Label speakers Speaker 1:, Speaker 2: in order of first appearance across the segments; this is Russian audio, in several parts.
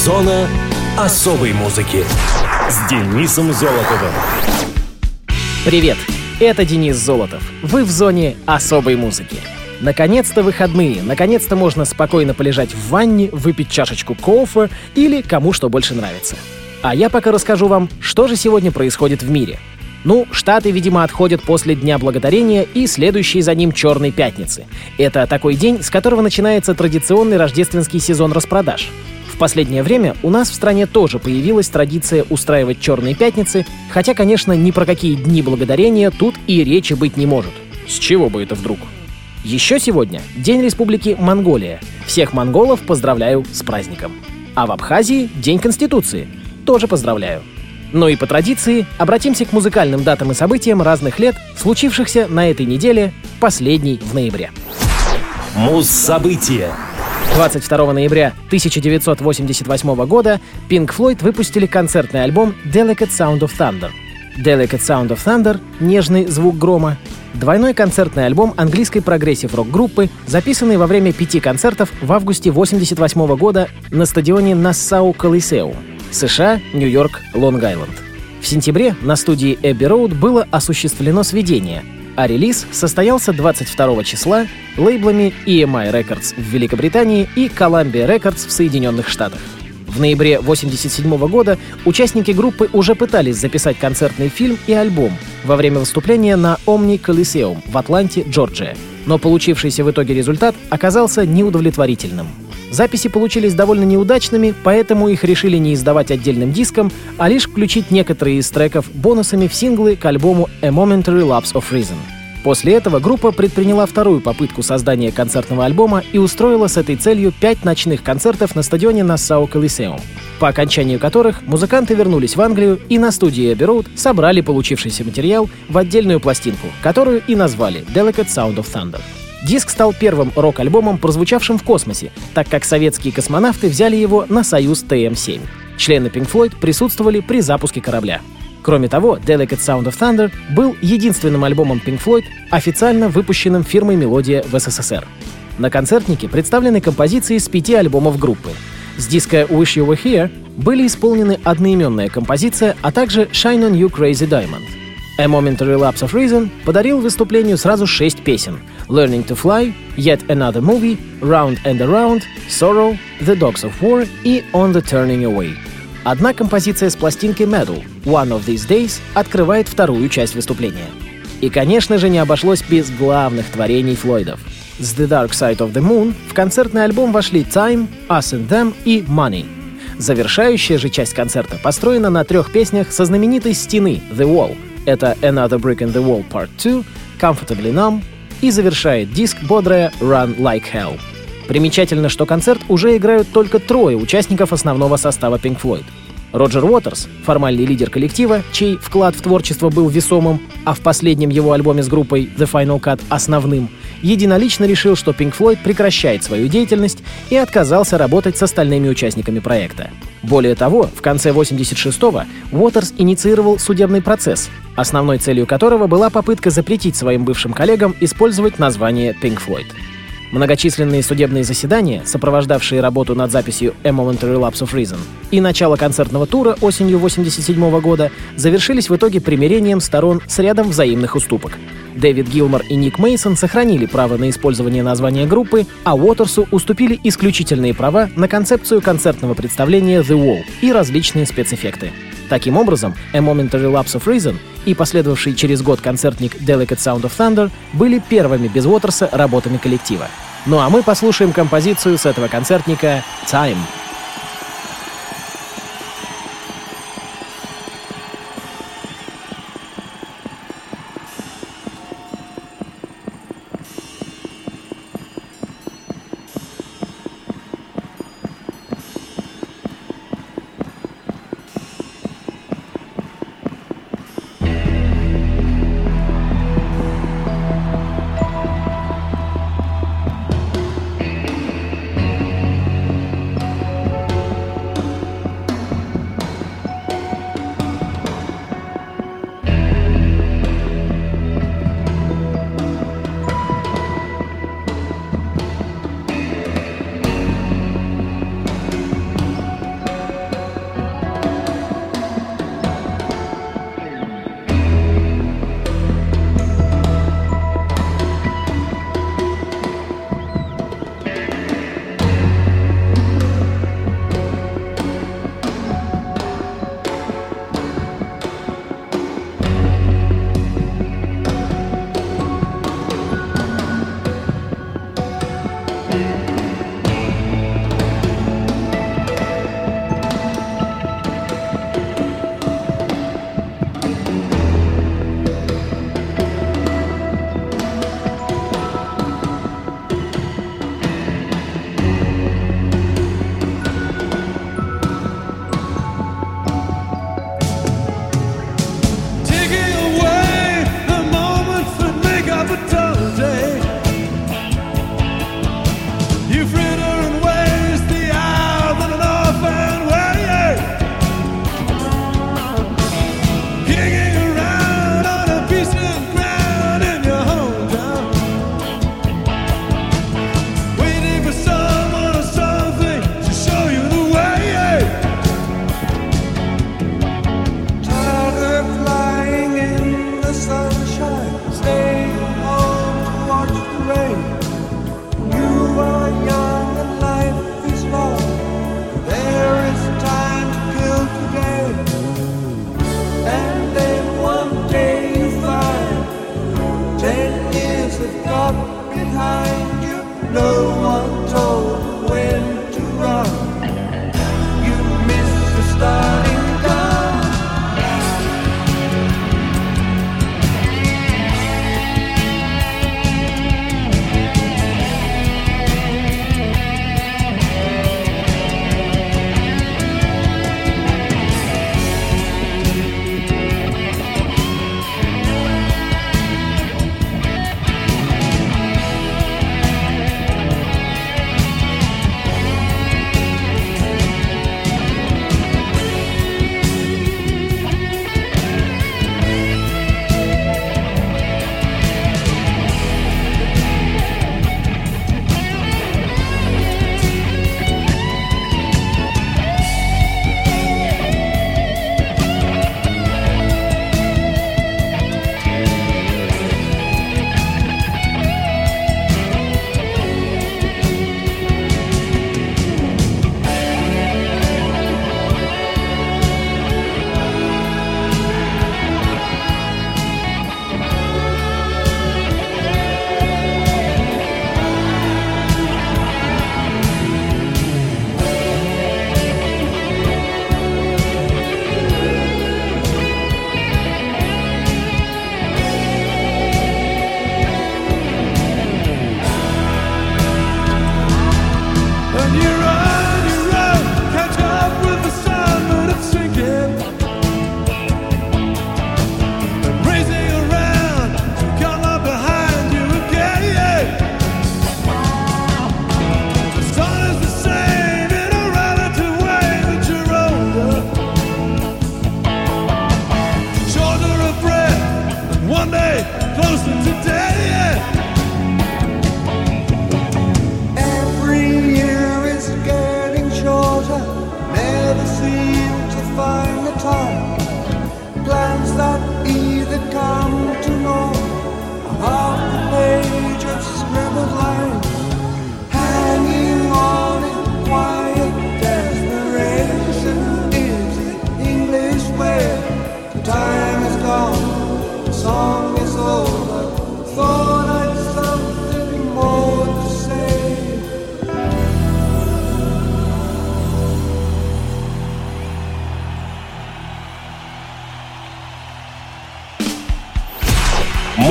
Speaker 1: Зона особой музыки с Денисом Золотовым.
Speaker 2: Привет, это Денис Золотов. Вы в зоне особой музыки. Наконец-то выходные, наконец-то можно спокойно полежать в ванне, выпить чашечку кофе или кому что больше нравится. А я пока расскажу вам, что же сегодня происходит в мире. Штаты, видимо, отходят после Дня Благодарения и следующей за ним Черной Пятницы. Это такой день, с которого начинается традиционный рождественский сезон распродаж. В последнее время у нас в стране тоже появилась традиция устраивать Черные Пятницы, хотя, конечно, ни про какие Дни Благодарения тут и речи быть не может. С чего бы это вдруг? Еще сегодня День Республики Монголия. Всех монголов поздравляю с праздником. А в Абхазии День Конституции. Тоже поздравляю. Но и по традиции обратимся к музыкальным датам и событиям разных лет, случившихся на этой неделе, последней в ноябре.
Speaker 1: Муз-события.
Speaker 2: 22 ноября 1988 года Pink Floyd выпустили концертный альбом Delicate Sound of Thunder. Delicate Sound of Thunder — «Нежный звук грома» — двойной концертный альбом английской прогрессив-рок-группы, записанный во время 5 концертов в августе 1988 года на стадионе Nassau Coliseum, США, Нью-Йорк, Лонг-Айленд. В сентябре на студии Abbey Road было осуществлено сведение, а релиз состоялся 22 числа лейблами EMI Records в Великобритании и Columbia Records в Соединенных Штатах. В ноябре 1987 года участники группы уже пытались записать концертный фильм и альбом во время выступления на Omni Coliseum в Атланте, Джорджия. Но получившийся в итоге результат оказался неудовлетворительным. Записи получились довольно неудачными, поэтому их решили не издавать отдельным диском, а лишь включить некоторые из треков бонусами в синглы к альбому A Momentary Lapse of Reason. После этого группа предприняла вторую попытку создания концертного альбома и устроила с этой целью 5 ночных концертов на стадионе Nassau Coliseum, по окончанию которых музыканты вернулись в Англию и на студии Abbey Road собрали получившийся материал в отдельную пластинку, которую и назвали Delicate Sound of Thunder. Диск стал первым рок-альбомом, прозвучавшим в космосе, так как советские космонавты взяли его на Союз ТМ-7. Члены Pink Floyd присутствовали при запуске корабля. Кроме того, Delicate Sound of Thunder был единственным альбомом Pink Floyd, официально выпущенным фирмой «Мелодия» в СССР. На концертнике представлены композиции с 5 альбомов группы. С диска Wish You Were Here были исполнены одноименная композиция, а также Shine On You Crazy Diamond. A Momentary Lapse of Reason подарил выступлению сразу 6 песен: Learning to Fly, Yet Another Movie, Round and Around, Sorrow, The Dogs of War и On the Turning Away. Одна композиция с пластинки Metal, One of These Days, открывает вторую часть выступления. И, конечно же, не обошлось без главных творений Флойдов. С The Dark Side of the Moon в концертный альбом вошли Time, Us and Them и Money. Завершающая же часть концерта построена на 3 песнях со знаменитой стены The Wall. Это Another Brick in the Wall Part 2, Comfortably Numb и завершает диск бодрая Run Like Hell. Примечательно, что концерт уже играют только 3 участников основного состава Pink Floyd. Роджер Уотерс, формальный лидер коллектива, чей вклад в творчество был весомым, а в последнем его альбоме с группой The Final Cut основным, единолично решил, что Pink Floyd прекращает свою деятельность и отказался работать с остальными участниками проекта. Более того, в конце 1986-го Уотерс инициировал судебный процесс, основной целью которого была попытка запретить своим бывшим коллегам использовать название Pink Floyd. Многочисленные судебные заседания, сопровождавшие работу над записью A Momentary Lapse of Reason, и начало концертного тура осенью 1987 года завершились в итоге примирением сторон с рядом взаимных уступок. Дэвид Гилмор и Ник Мейсон сохранили право на использование названия группы, а Уотерсу уступили исключительные права на концепцию концертного представления The Wall и различные спецэффекты. Таким образом, A Momentary Lapse of Reason и последовавший через год концертник Delicate Sound of Thunder были первыми без Уотерса работами коллектива. Ну а мы послушаем композицию с этого концертника «Time».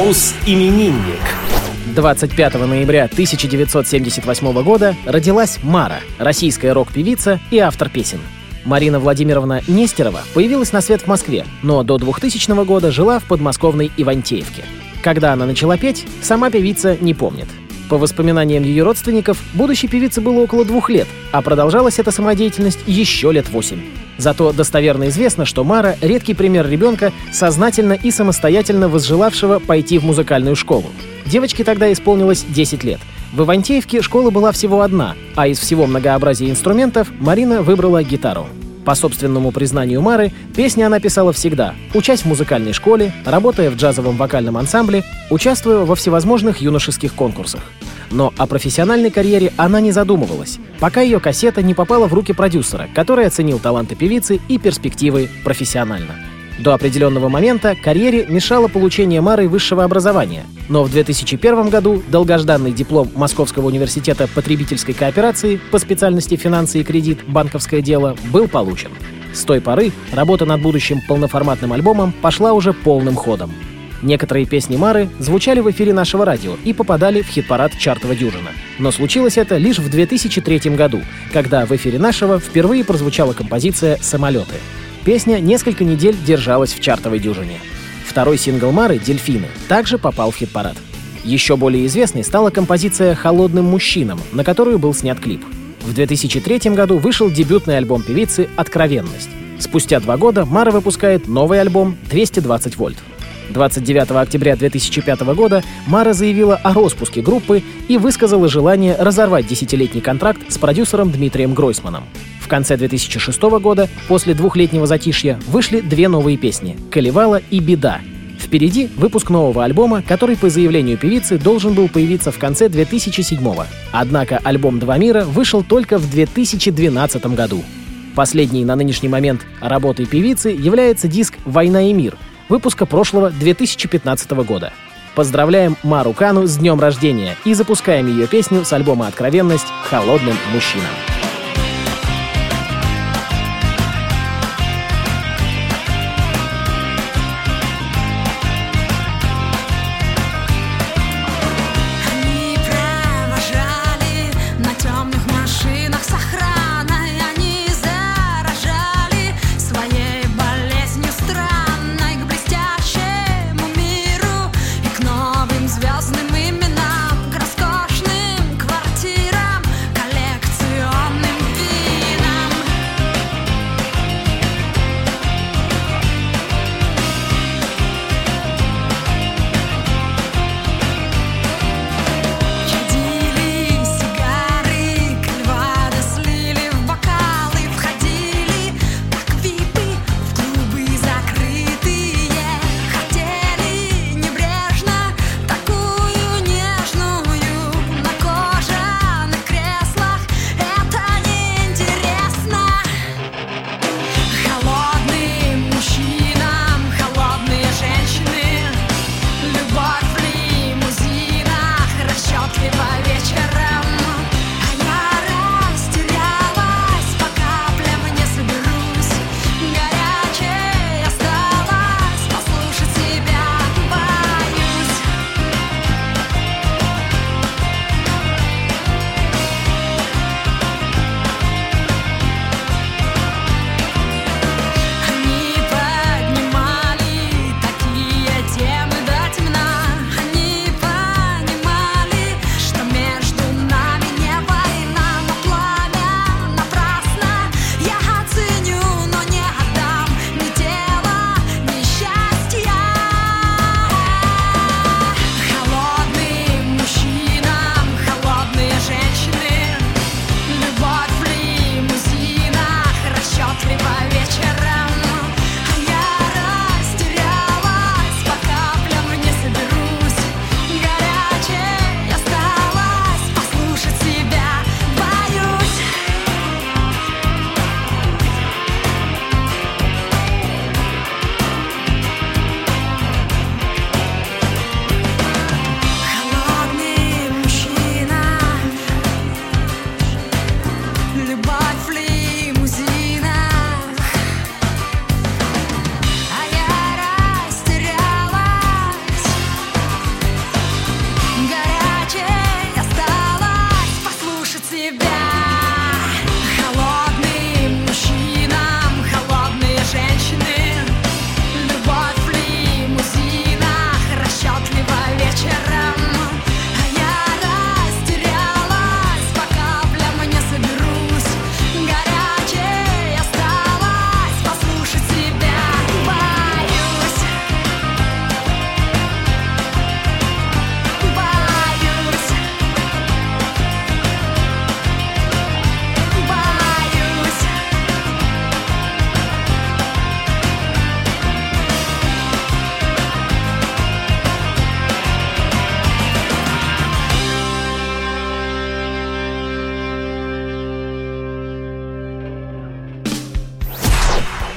Speaker 1: Муз-именинник.
Speaker 2: 25 ноября 1978 года родилась Мара, российская рок-певица и автор песен. Марина Владимировна Нестерова появилась на свет в Москве, но до 2000 года жила в подмосковной Ивантеевке. Когда она начала петь, сама певица не помнит. По воспоминаниям ее родственников, будущей певице было около 2 лет, а продолжалась эта самодеятельность еще лет 8. Зато достоверно известно, что Мара — редкий пример ребенка, сознательно и самостоятельно возжелавшего пойти в музыкальную школу. Девочке тогда исполнилось 10 лет. В Ивантеевке школа была всего одна, а из всего многообразия инструментов Марина выбрала гитару. По собственному признанию Мары, песни она писала всегда, учась в музыкальной школе, работая в джазовом вокальном ансамбле, участвуя во всевозможных юношеских конкурсах. Но о профессиональной карьере она не задумывалась, пока ее кассета не попала в руки продюсера, который оценил таланты певицы и перспективы профессионально. До определенного момента карьере мешало получение Марой высшего образования, но в 2001 году долгожданный диплом Московского университета потребительской кооперации по специальности «Финансы и кредит. Банковское дело» был получен. С той поры работа над будущим полноформатным альбомом пошла уже полным ходом. Некоторые песни Мары звучали в эфире нашего радио и попадали в хит-парад «Чартова дюжина». Но случилось это лишь в 2003 году, когда в эфире нашего впервые прозвучала композиция «Самолеты». Песня несколько недель держалась в чартовой дюжине. Второй сингл Мары «Дельфины» также попал в хит-парад. Еще более известной стала композиция «Холодным мужчинам», на которую был снят клип. В 2003 году вышел дебютный альбом певицы «Откровенность». Спустя 2 года Мара выпускает новый альбом «220 вольт». 29 октября 2005 года Мара заявила о распуске группы и высказала желание разорвать 10-летний контракт с продюсером Дмитрием Гройсманом. В конце 2006 года, после 2-летнего затишья, вышли 2 новые песни «Колевала» и «Беда». Впереди выпуск нового альбома, который, по заявлению певицы, должен был появиться в конце 2007-го. Однако альбом «Два мира» вышел только в 2012 году. Последней на нынешний момент работой певицы является диск «Война и мир» выпуска прошлого 2015 года. Поздравляем Мару Кану с днем рождения и запускаем ее песню с альбома «Откровенность» «Холодным мужчинам».
Speaker 3: Звездным именам, к роскошным квартирам, коллекционным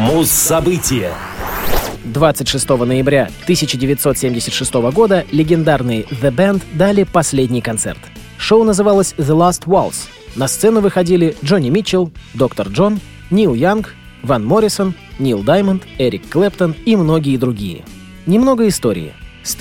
Speaker 1: Муз-события.
Speaker 2: 26 ноября 1976 года легендарные The Band дали последний концерт. Шоу называлось The Last Waltz. На сцену выходили Джонни Митчелл, Доктор Джон, Нил Янг, Ван Моррисон, Нил Даймонд, Эрик Клэптон и многие другие. Немного истории. С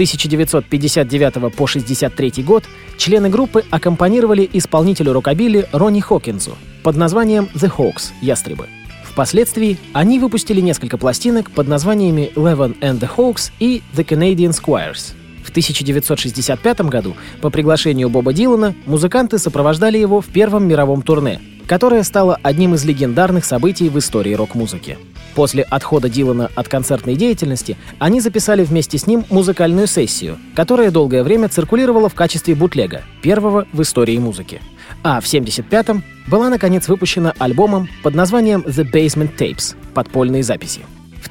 Speaker 2: 1959 по 1963 год члены группы аккомпанировали исполнителю рокобилли Ронни Хокинсу под названием The Hawks — «Ястребы». Впоследствии они выпустили несколько пластинок под названиями Levin and the Hawks и The Canadian Squires. В 1965 году по приглашению Боба Дилана музыканты сопровождали его в первом мировом турне, которое стало одним из легендарных событий в истории рок-музыки. После отхода Дилана от концертной деятельности они записали вместе с ним музыкальную сессию, которая долгое время циркулировала в качестве бутлега, первого в истории музыки. А в 1975-м была, наконец, выпущена альбомом под названием The Basement Tapes — «Подпольные записи». В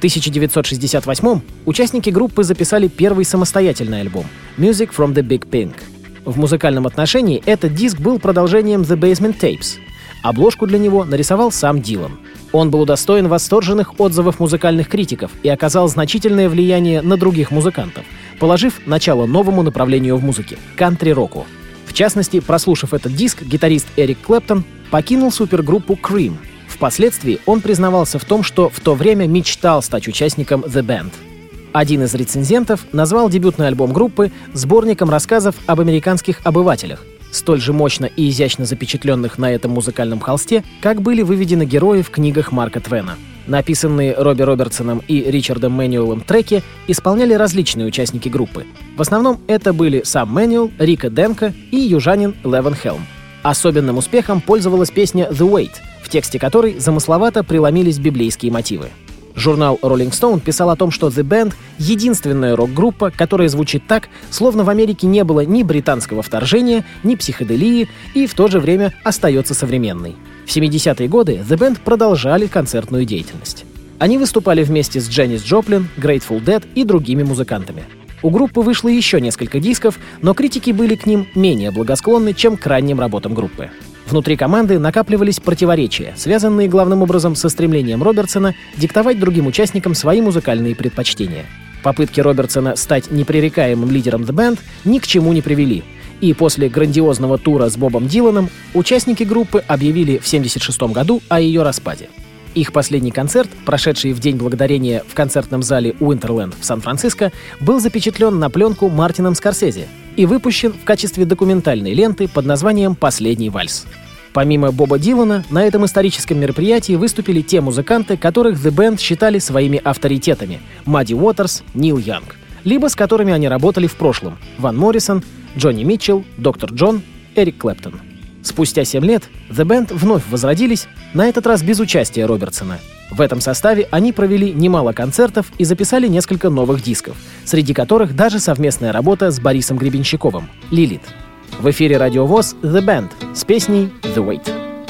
Speaker 2: 1968-м участники группы записали первый самостоятельный альбом Music from the Big Pink. В музыкальном отношении этот диск был продолжением The Basement Tapes. Обложку для него нарисовал сам Дилан. Он был удостоен восторженных отзывов музыкальных критиков и оказал значительное влияние на других музыкантов, положив начало новому направлению в музыке — кантри-року. В частности, прослушав этот диск, гитарист Эрик Клэптон покинул супергруппу Cream. Впоследствии он признавался в том, что в то время мечтал стать участником The Band. Один из рецензентов назвал дебютный альбом группы сборником рассказов об американских обывателях, столь же мощно и изящно запечатленных на этом музыкальном холсте, как были выведены герои в книгах Марка Твена. Написанные Робби Робертсоном и Ричардом Мэнюэлом треки исполняли различные участники группы. В основном это были сам Мэнюэл, Рика Денко и южанин Левин Хелм. Особенным успехом пользовалась песня «The Wait», в тексте которой замысловато преломились библейские мотивы. Журнал Rolling Stone писал о том, что The Band — единственная рок-группа, которая звучит так, словно в Америке не было ни британского вторжения, ни психоделии, и в то же время остается современной. В 70-е годы The Band продолжали концертную деятельность. Они выступали вместе с Дженнис Джоплин, Grateful Dead и другими музыкантами. У группы вышло еще несколько дисков, но критики были к ним менее благосклонны, чем к ранним работам группы. Внутри команды накапливались противоречия, связанные главным образом со стремлением Робертсона диктовать другим участникам свои музыкальные предпочтения. Попытки Робертсона стать непререкаемым лидером The Band ни к чему не привели, и после грандиозного тура с Бобом Диланом участники группы объявили в 1976 году о ее распаде. Их последний концерт, прошедший в День Благодарения в концертном зале Уинтерленд в Сан-Франциско, был запечатлен на пленку Мартином Скорсезе и выпущен в качестве документальной ленты под названием «Последний вальс». Помимо Боба Дилана, на этом историческом мероприятии выступили те музыканты, которых The Band считали своими авторитетами — Мадди Уотерс, Нил Янг, либо с которыми они работали в прошлом — Ван Моррисон, Джонни Митчелл, Доктор Джон, Эрик Клэптон. Спустя 7 лет The Band вновь возродились, на этот раз без участия Робертсона. В этом составе они провели немало концертов и записали несколько новых дисков, среди которых даже совместная работа с Борисом Гребенщиковым «Лилит». В эфире Радио ВОС The Band с песней «The Wait».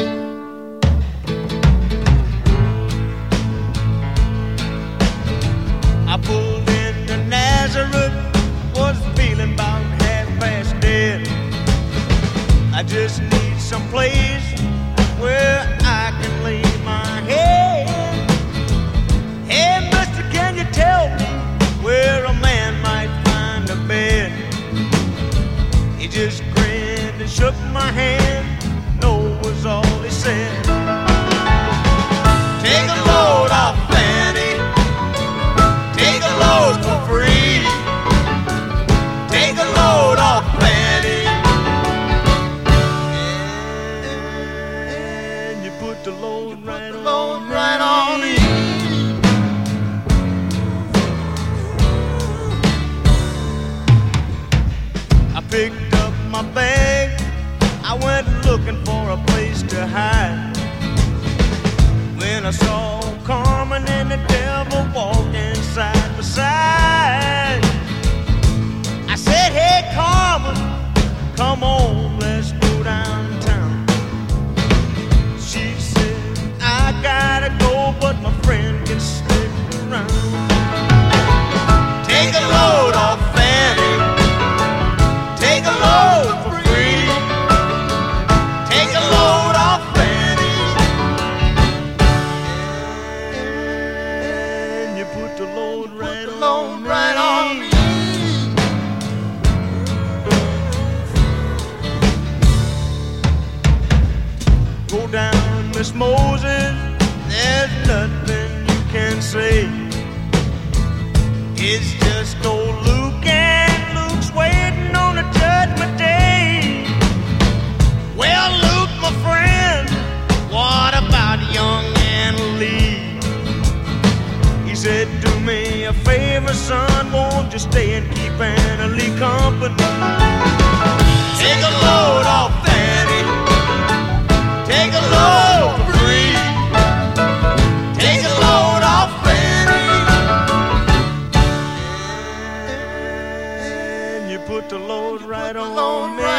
Speaker 3: I just need some place where I can lay my head. Hey, mister, can you tell me where a man might find a bed? He just grinned and shook my hand. No was all he said. Take a load off Fanny. Take a load for free. Take a load off Fanny. The load right on me. I picked up my bag. I went looking for a place to hide. When I saw Carmen and the devil walking side by side, I said, hey Carmen, come on, let's go downtown. She said, I gotta go, but my friend can stick around. Take a load off Fanny. Take a load for free. Take a load off Fanny. Moses, there's nothing you can say. It's just old Luke, and Luke's waiting on a judgment day. Well, Luke, my friend, what about young Anna Lee? He said, do me a favor, son, won't you stay and keep Anna Lee company? Take a load off Fanny, take a load for free. Take a load off Fanny, and you put the load right on me.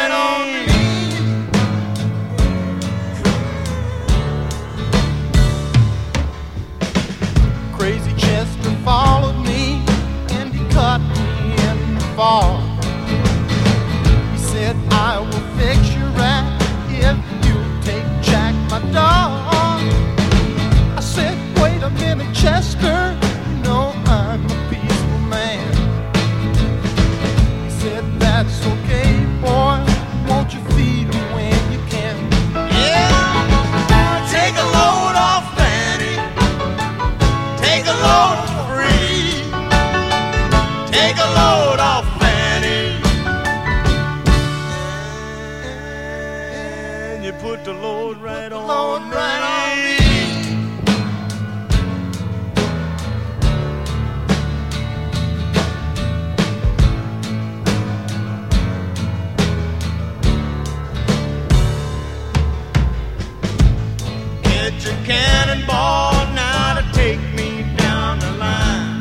Speaker 4: Crazy Chester followed me and he caught me in the fall. He said, I will fix your rat if you take Jack, my dog. I said, wait a minute, Chester, you know I'm a peaceful man. He said, that's okay, boy, won't you feed him when you can?
Speaker 3: Yeah, take a load off Fanny, take a load for free. Take a load off Fanny, and you put the load right on me. Get your cannonball now to take me down the line.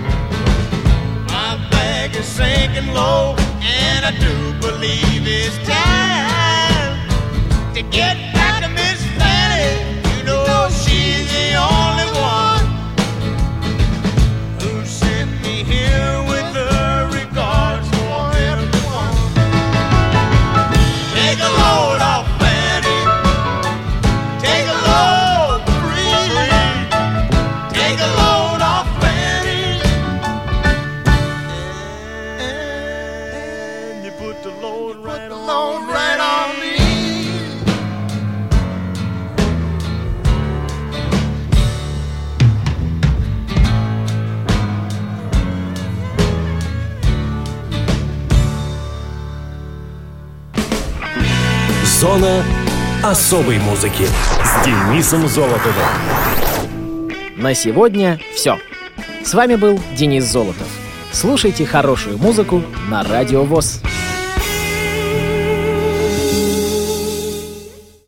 Speaker 3: My bag is sinking low, and I do believe it's time to get back to Miss Fanny. You know she's the only one who sent me here with her regards for everyone. Take a load off Fanny, take a load free. Take a load off Fanny, and you put the load right on me.
Speaker 1: Зона особой музыки с Денисом Золотовым.
Speaker 2: На сегодня все. С вами был Денис Золотов. Слушайте хорошую музыку на Радио ВОС.